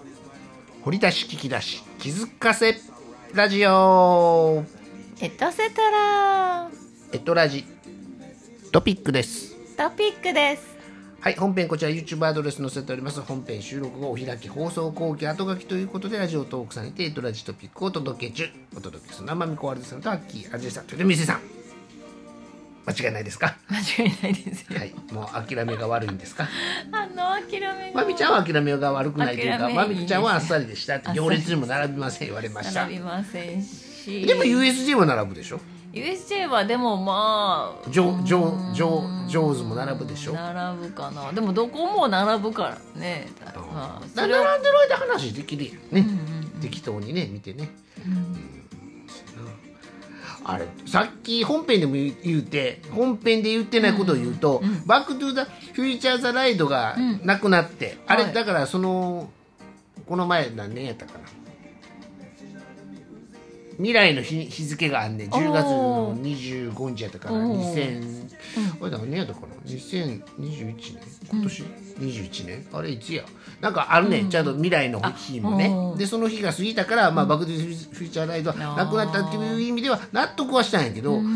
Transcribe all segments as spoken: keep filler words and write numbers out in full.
掘り出し聞き出し気づかせラジオエトセトラエトラジトピックです。 トピックです。 はい、本編こちら YouTube アドレス載せております。本編収録後お開き放送後期後書きということでラジオトークさんにてエトラジトピックをお届け中。お届けする生身コアルさんとアッキーアジェさんという店さん、間違いないですか？ 間違いないですよ。 はい、もう諦めが悪いんですか？ あの諦めまみちゃんは諦めが悪くないというか、まみちゃんはあっさりでしたって行列にも並びません言われました。 並びませんし、 でも ユーエスジェー は並ぶでしょ。 ユーエスジェー はでもまあジョジョジョジョーズも並ぶでしょ。 並ぶかな。でもどこも並ぶからね。 だまあ、 並んでる間話できるやんね、うんうんうん、適当にね見てね、うんうん、あれさっき本編でも言うて本編で言ってないことを言うと、うんうん、バックトゥーザフューチャーザライドがなくなって、うん、あれ、はい、だからそのこの前何年やったかな、未来の 日, 日付があんねん。じゅうがつのにじゅうごにちやったからにせん、うん、あれ何年やったかな、にせんにじゅういちねん、今年にじゅういちねん、あれいつや、なんかあるねん、うん、ちゃんと未来の日もね。でその日が過ぎたから、まあ、バックトゥーフューチャーライドはなくなったっていう意味では納得はしたんやけど、うん、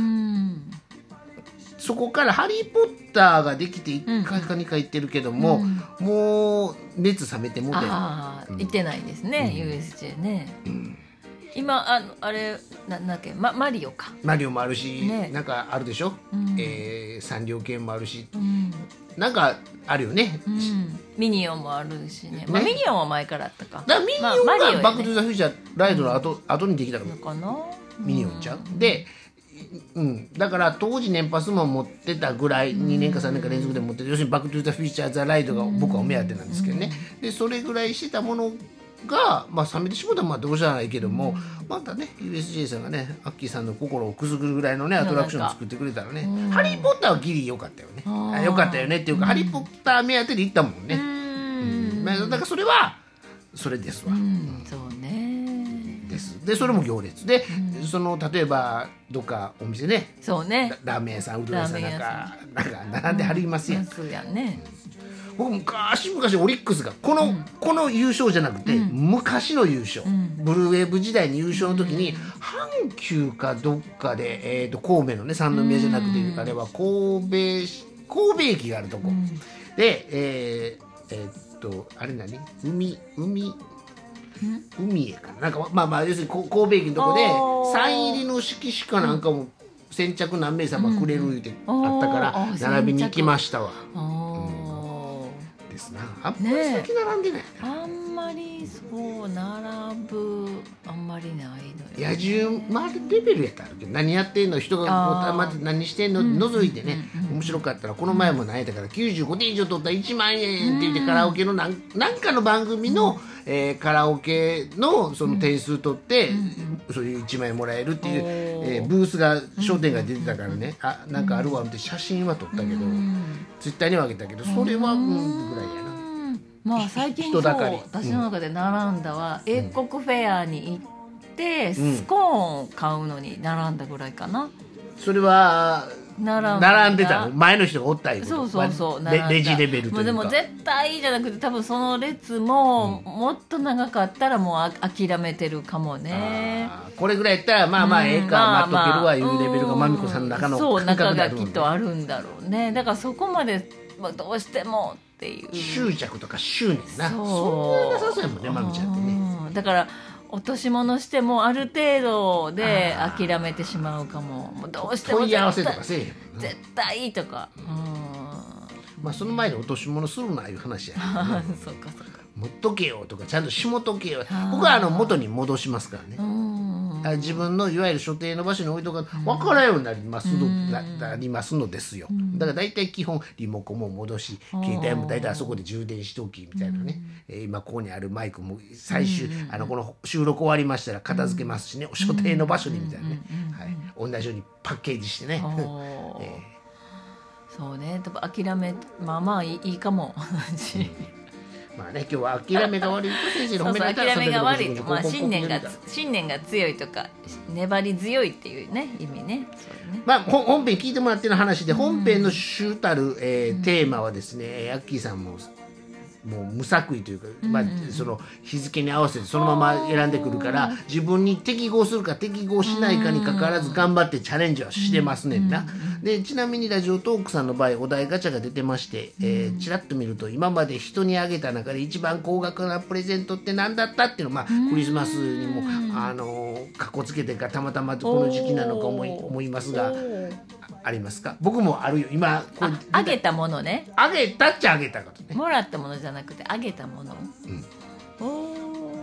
そこからハリー・ポッターができていっかいかにかい行ってるけども、うん、もう熱冷めてもて、 あ、うん、行ってないんですね、うん、ユーエスジェー ね、うん、今 あ, あれななんだっけ、ま、マリオか、 マリオもあるし、ね、なんかあるでしょ、うん、えー、サンリオ系もあるし、うん、なんかあるよね、うん、 ミニオンもあるし ね, ね、まあ、ミニオンは前からあったか。 だからミニオンが、まあね、バックトゥザフューチャーライドの後、うん、後にできたのかな、ミニオンちゃう、うん、で、うん、だから当時年パスも持ってたぐらい、にねんかさんねんか連続で持ってて、要するにバックトゥザフューチャーザライドが僕はお目当てなんですけどね、うん、でそれぐらいしてたものが、まあ、冷めてしまったらまあどうじゃないけども、うん、またね ユーエスジェー さんがねアッキーさんの心をくすぐるぐらいのねアトラクションを作ってくれたらね、うん、ハリー・ポッターはギリ良かったよね、あ良かったよねっていうか、うん、ハリー・ポッター目当てで行ったもんね、うんうん、だからそれはそれですわ、うん、そうねですでそれも行列で、うん、その例えばどっかお店ね、 そうね、 ラーメン屋さんうどん屋さんなんかなんか並んではりますやん、 そうやね、 僕昔昔オリックスがこの、うん、この優勝じゃなくて、うん、昔の優勝、うん、ブルーウェーブ時代に優勝の時に、うん、阪急かどっかで、えー、と神戸のね三宮じゃなくて、うん、あれは神戸神戸駅があるとこ、うん、でえー、えー、っとあれ何海海海へかな、なんかまあまあ要するに神戸駅のとこでサイン入りの色紙かなんかも先着何名様くれるってあったから並びに行きましたわ。ですな、あんまり先並んでない、ね、 あんまりそう並ぶあんまりないのよ、ね、 野獣までレベルやったらけど、何やってんの人がこう何してんの、うん、覗いてね、うん、面白かったらこの前も何やったからきゅうじゅうごてん以上取ったらいちまんえんって言ってカラオケのなんなんかの番組の、うん、えー、カラオケのその点数取って、うん、そういういちまんえんもらえるっていう、えー、ブースが商店街出てたからね、うん、あなんかあるわって写真は撮ったけど、うん、ツイッターにはあげたけどそれは、うん、ぐらいやな。 まあ最近そう私の中で並んだは、うん、英国フェアに行って、うん、スコーンを買うのに並んだぐらいかな。 それは並ん並んでたの前の人がおったいうこと。 そうそうそう、 まあ、レ, レジレベルというか。 でも絶対じゃなくて多分その列も、うん、もっと長かったらもう諦めてるかもね。 あこれぐらいやったらまあまあええか、まあ、待っとけるわいうレベルがまみこさんの中のそう中がきっとあるんだろうね。だからそこまで、まあ、どうしてもっていう執着とか執念な、そうそんななさそうやもんねまみちゃんってね。 だから落とし物してもある程度で諦めてしまうかも。もうどうしても問い合わせとかせえへんもん絶対とか、うん、 まあその前に落とし物するないう話や、ね、 そうかそうか、 持っとけよとかちゃんとしもとけよ。僕はあの元に戻しますからね。自分のいわゆる所定の場所に置いとか分からんようになりますの、うん、な, なりますのですよ。だから大体基本リモコンも戻し携帯も大体あそこで充電しておきみたいなね、うん、今ここにあるマイクも最終、うん、あのこの収録終わりましたら片付けますしね、うん、所定の場所にみたいなね、はい、同じようにパッケージしてね、えー、そうね、多分諦めまあまあいいかもまあね、今日は諦めが悪いと先生の褒められたらそうそう諦めが悪い、まあ、信念が信念が強いとか粘り強いっていうね意味ね。そうね、 まあ、本編聞いてもらっての話で、うん、本編の主たる、えー、テーマはですね、アッキーさんももう無作為というか、まあ、その日付に合わせてそのまま選んでくるから自分に適合するか適合しないかにかかわらず頑張ってチャレンジはしてますねんな。でちなみにラジオトークさんの場合お題ガチャが出てまして、えー、ちらっと見ると今まで人にあげた中で一番高額なプレゼントって何だったっていうのを、まあ、クリスマスにもあのかっこつけてかたまたまこの時期なのか思い思いますがありますか？僕もあるよ今これあげたものね。 あげたっちゃあげたことね。 もらったものじゃなくてあげたもの、うん、お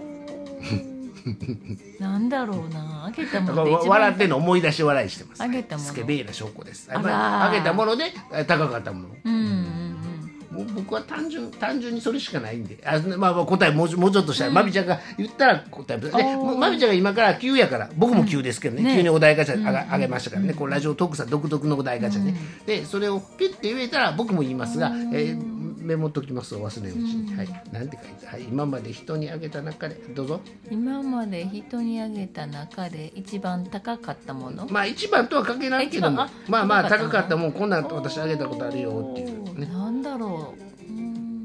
なんだろうな。あげたものって笑ってんの思い出し笑いしてます。 あげたものスケベーな証拠です。あげたもので高かったもの、うんうんうん、もう僕は単純単純にそれしかないんで、あ、まあ、まあ答えもう、もうちょっとしたら、うん、まみちゃんが言ったら答えでまみちゃんが今からきゅうやから僕もきゅうですけどね、うん、急にお題ガチャあが、うん、あげましたからね、こうラジオトークさん独特のお題ガチャね、うん、でそれをピッて言えたら僕も言いますが、うん、えーメモっときます忘れんうちに、はい、なんて書いて、はい、今まで人にあげた中でどうぞ。 今まで人にあげた中で一番高かったもの、 まあ一番とは書けないけども、まあまあ高かったもんこんなん私あげたことあるよっていう、ね、 なんだろう、うーん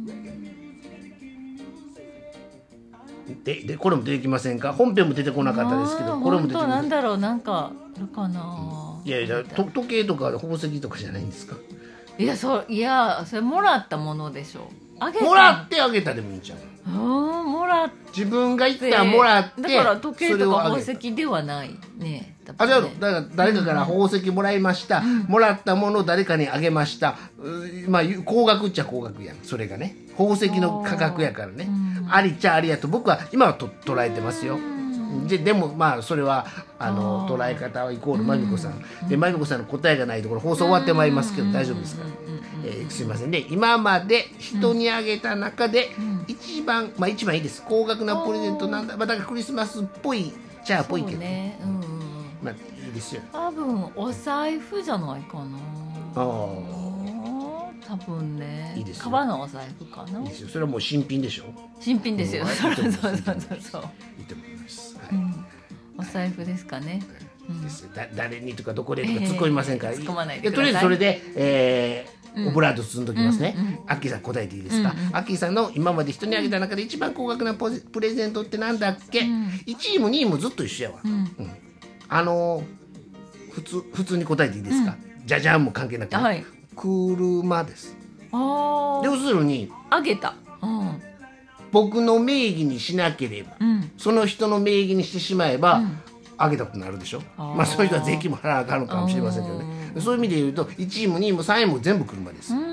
ででこれも出てきませんか？本編も出てこなかったですけどこれも出てきません。 なんだろう、なんかあるかな、 うん、いやいやと時計とか宝石とかじゃないんですか？ いやそういやそれもらったものでしょ。あげたもらってあげたでもいいんちゃう？ あもらって自分が言ったらもらってだから時計とか宝石ではないね。 あじゃあだから誰かから宝石もらいました、うん、もらったものを誰かにあげました、まあ高額っちゃ高額やん。それがね宝石の価格やからね、うん、ありっちゃありやと僕は今はと捉えてますよ。で, でもまあそれはあの捉え方はイコールまみこさん、うん、でまみこさんの答えがないところ放送終わってまいりますけど大丈夫ですか？えー、すいませんね。今まで人にあげた中で一番、まあ一番いいです。高額なプレゼントなんだ、まあ、だからクリスマスっぽいじゃあっぽいけど、ね、うん、まあいいですよ。 多分お財布じゃないかな。あ多分ね。いいですよ。革のお財布かな。いいですよ。それはもう新品でしょ。 新品ですよ。そうそうそうそう。いいと思います。 はい。うん、お財布ですかね。 うん、ですだ誰にとかどこでとか突っ込みませんから。 えー、突っ込まないでください。 とりあえずそれで。えーオブラート包んどきますね、うんうん、アッキーさん答えていいですか？うんうん、アッキーさんの今まで人にあげた中で一番高額なプレゼントってなんだっけ？うん、いちいもにいもずっと一緒やわ、うんうん、あのー、普通普通に答えていいですか？うん、じゃじゃんも関係なくて、はい、車です。あ要するにあげた、うん、 僕の名義にしなければ、うん、その人の名義にしてしまえば、うんあげたことになるでしょ。あまあそういう人は税金も払わなあかんのかもしれませんけどね。そういう意味で言うといちいもにいもさんいも全部車です。うんうん、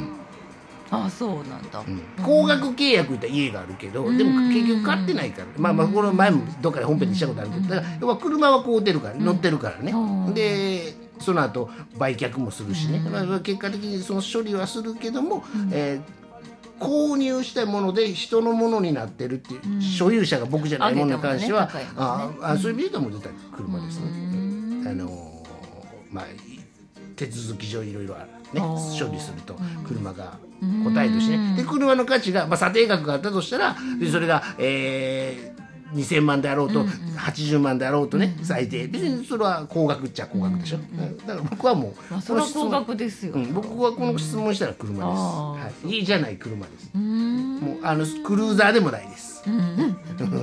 あそうなんだ、うん、 高額契約いったら家があるけどでも結局買ってないから、まあまあこれ前もどっかで本編でしたことあるけどだから要は車は買うてるから乗ってるからね、うん、でその後売却もするしね、まあ、結果的にその処理はするけども、うんえー購入したもので人のものになってるっていう、うん、所有者が僕じゃないものに関しては、ねね、ああそういう意味ではもう絶対車ですね、うん、あのー、まあ手続き上いろいろあるね処理すると車が答えとしてねで車の価値が、まあ、査定額があったとしたらでそれが、えーにせんまんであろうと、うんうん、はちじゅうまんであろうとね、うんうん、最低別にそれは高額っちゃ高額でしょ、うんうん、だから僕はもう、 まあ、それは高額ですよ、 うん、僕はこの質問したら車です、はい、家じゃない車ですうんもうあのクルーザーでもないです、うん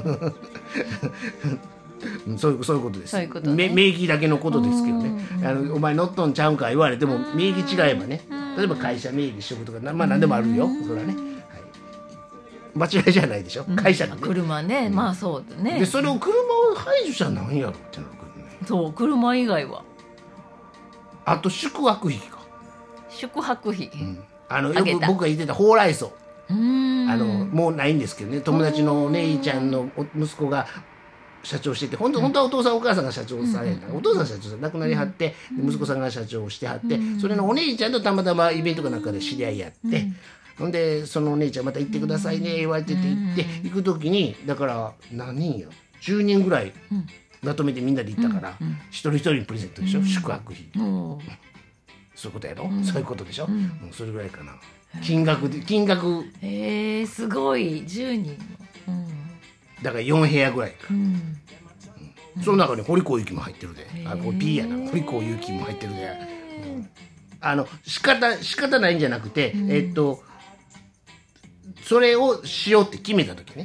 うん、そういうそういうことです。そういうことね、名義だけのことですけどねあのお前乗っとんちゃうんか言われても名義違えばね例えば会社名義職とかまあ何でもあるよそれはね間違いじゃないでしょ、うん、会社の、ね、 車ね、うん、まあそうだねでそれを車を排除したら何やろってなるけどねそう車以外はあと宿泊費か宿泊費、うん、 あのよく僕が言ってた蓬莱荘あのもうないんですけどね友達のお姉ちゃんの息子が社長してて本当、うん、本当はお父さんお母さんが社長された、うん、お父さん社長さん亡くなりはって、うん、息子さんが社長をしてはって、うん、それのお姉ちゃんとたまたまイベントかなんかで知り合いやって、うんほんでそのお姉ちゃんまた行ってくださいね言われてて行って行く時にだから何人よじゅうにんぐらいまとめてみんなで行ったから一人一人にプレゼントでしょ宿泊費そういうことやろそういうことでしょそれぐらいかな金額で金額へえすごいじゅうにんだからよん部屋ぐらいかその中に堀江由紀も入ってるであこれ P やな堀江由紀も入ってるであの仕方仕方ないんじゃなくてえっとそれをしようって決めた時ね、 うん、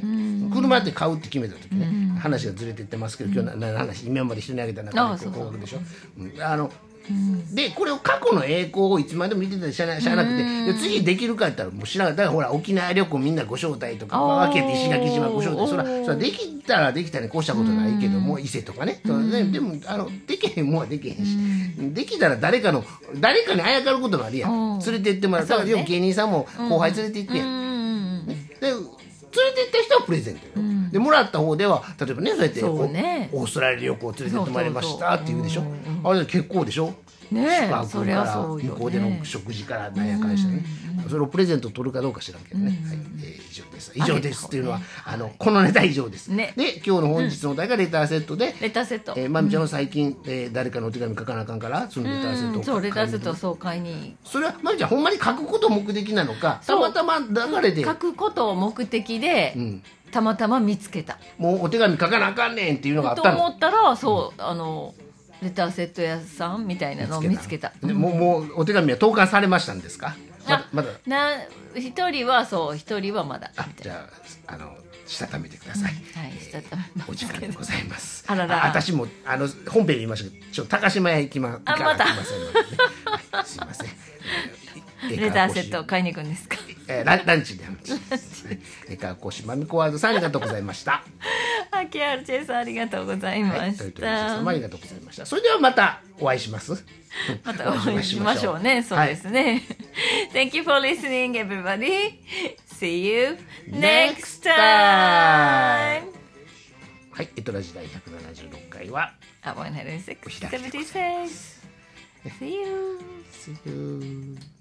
車って買うって決めた時ね、 うん、話がずれていってますけど、今日何の話、今まで人にあげた中で広告でしょ。あのうん、でこれを過去の栄光をいつまでも見てたらしゃなしゃなくて、で次できるかやったらもう知らない。だからほら沖縄旅行みんなご招待とか分けて石垣島ご招待、そらそらできたらできたらこうしたことないけども、伊勢とかね、そねでもあのできへんもんはできへんし、できたら誰かの誰かにあやかることもあるやん。連れて行ってもらう。だからよく芸人さんも後輩連れて行くやん。で連れて行った人はプレゼントよ、うん、でもらった方では例えばねそうやってそう、ね、オーストラリア旅行連れて行ってまいりましたって言うでしょ。あれ結構でしょ。 ねえ、 それはそうよね。向こうでの食事からなんやかんしたね、うん、それをプレゼント取るかどうか知らんけどね、うんはいえー、以上です以上ですっていうのは、あのこのネタ以上です、ね、で今日の本日のお題がレターセットで、 うん、レターセット、 えー、まみちゃんは最近、えー、誰かのお手紙書かなあかんからそのレターセットを、 うん、そうレターセットをそう買いに、 それはまみちゃんほんまに書くこと目的なのかたまたま流れで書くことを目的で、うんたまたま見つけた。 もうお手紙書かなあかんねんっていうのがあったのと思ったらそう、うん、あのレターセット屋さんみたいなのを見つけた。 でもうもうお手紙は投函されましたんですか。まだまだな一人はそう一人はまだ。 あじゃああのしたためてください、 うん、はいしたためます。 お時間でございます。 あららあ私もあの本編で言いましたけどちょっと高島屋行きま行かなきゃいけませんので、ねはい、すいません。 レターセットを買いに行くんですか。 えー、ラ, ランチでエカ講師まみこワードさんありがとうございました。 アキアルチェさんありがとうございました。 はい、ありがとうございました。それではまたお会いします。 またお会いしましょうね。そうですね。はい、Thank you for listening, everybody. See you next time. はい、 エトラ時代ひゃくななじゅうろっかいはあ、ひゃくろくじゅうろく、ななじゅうろく See you. See you.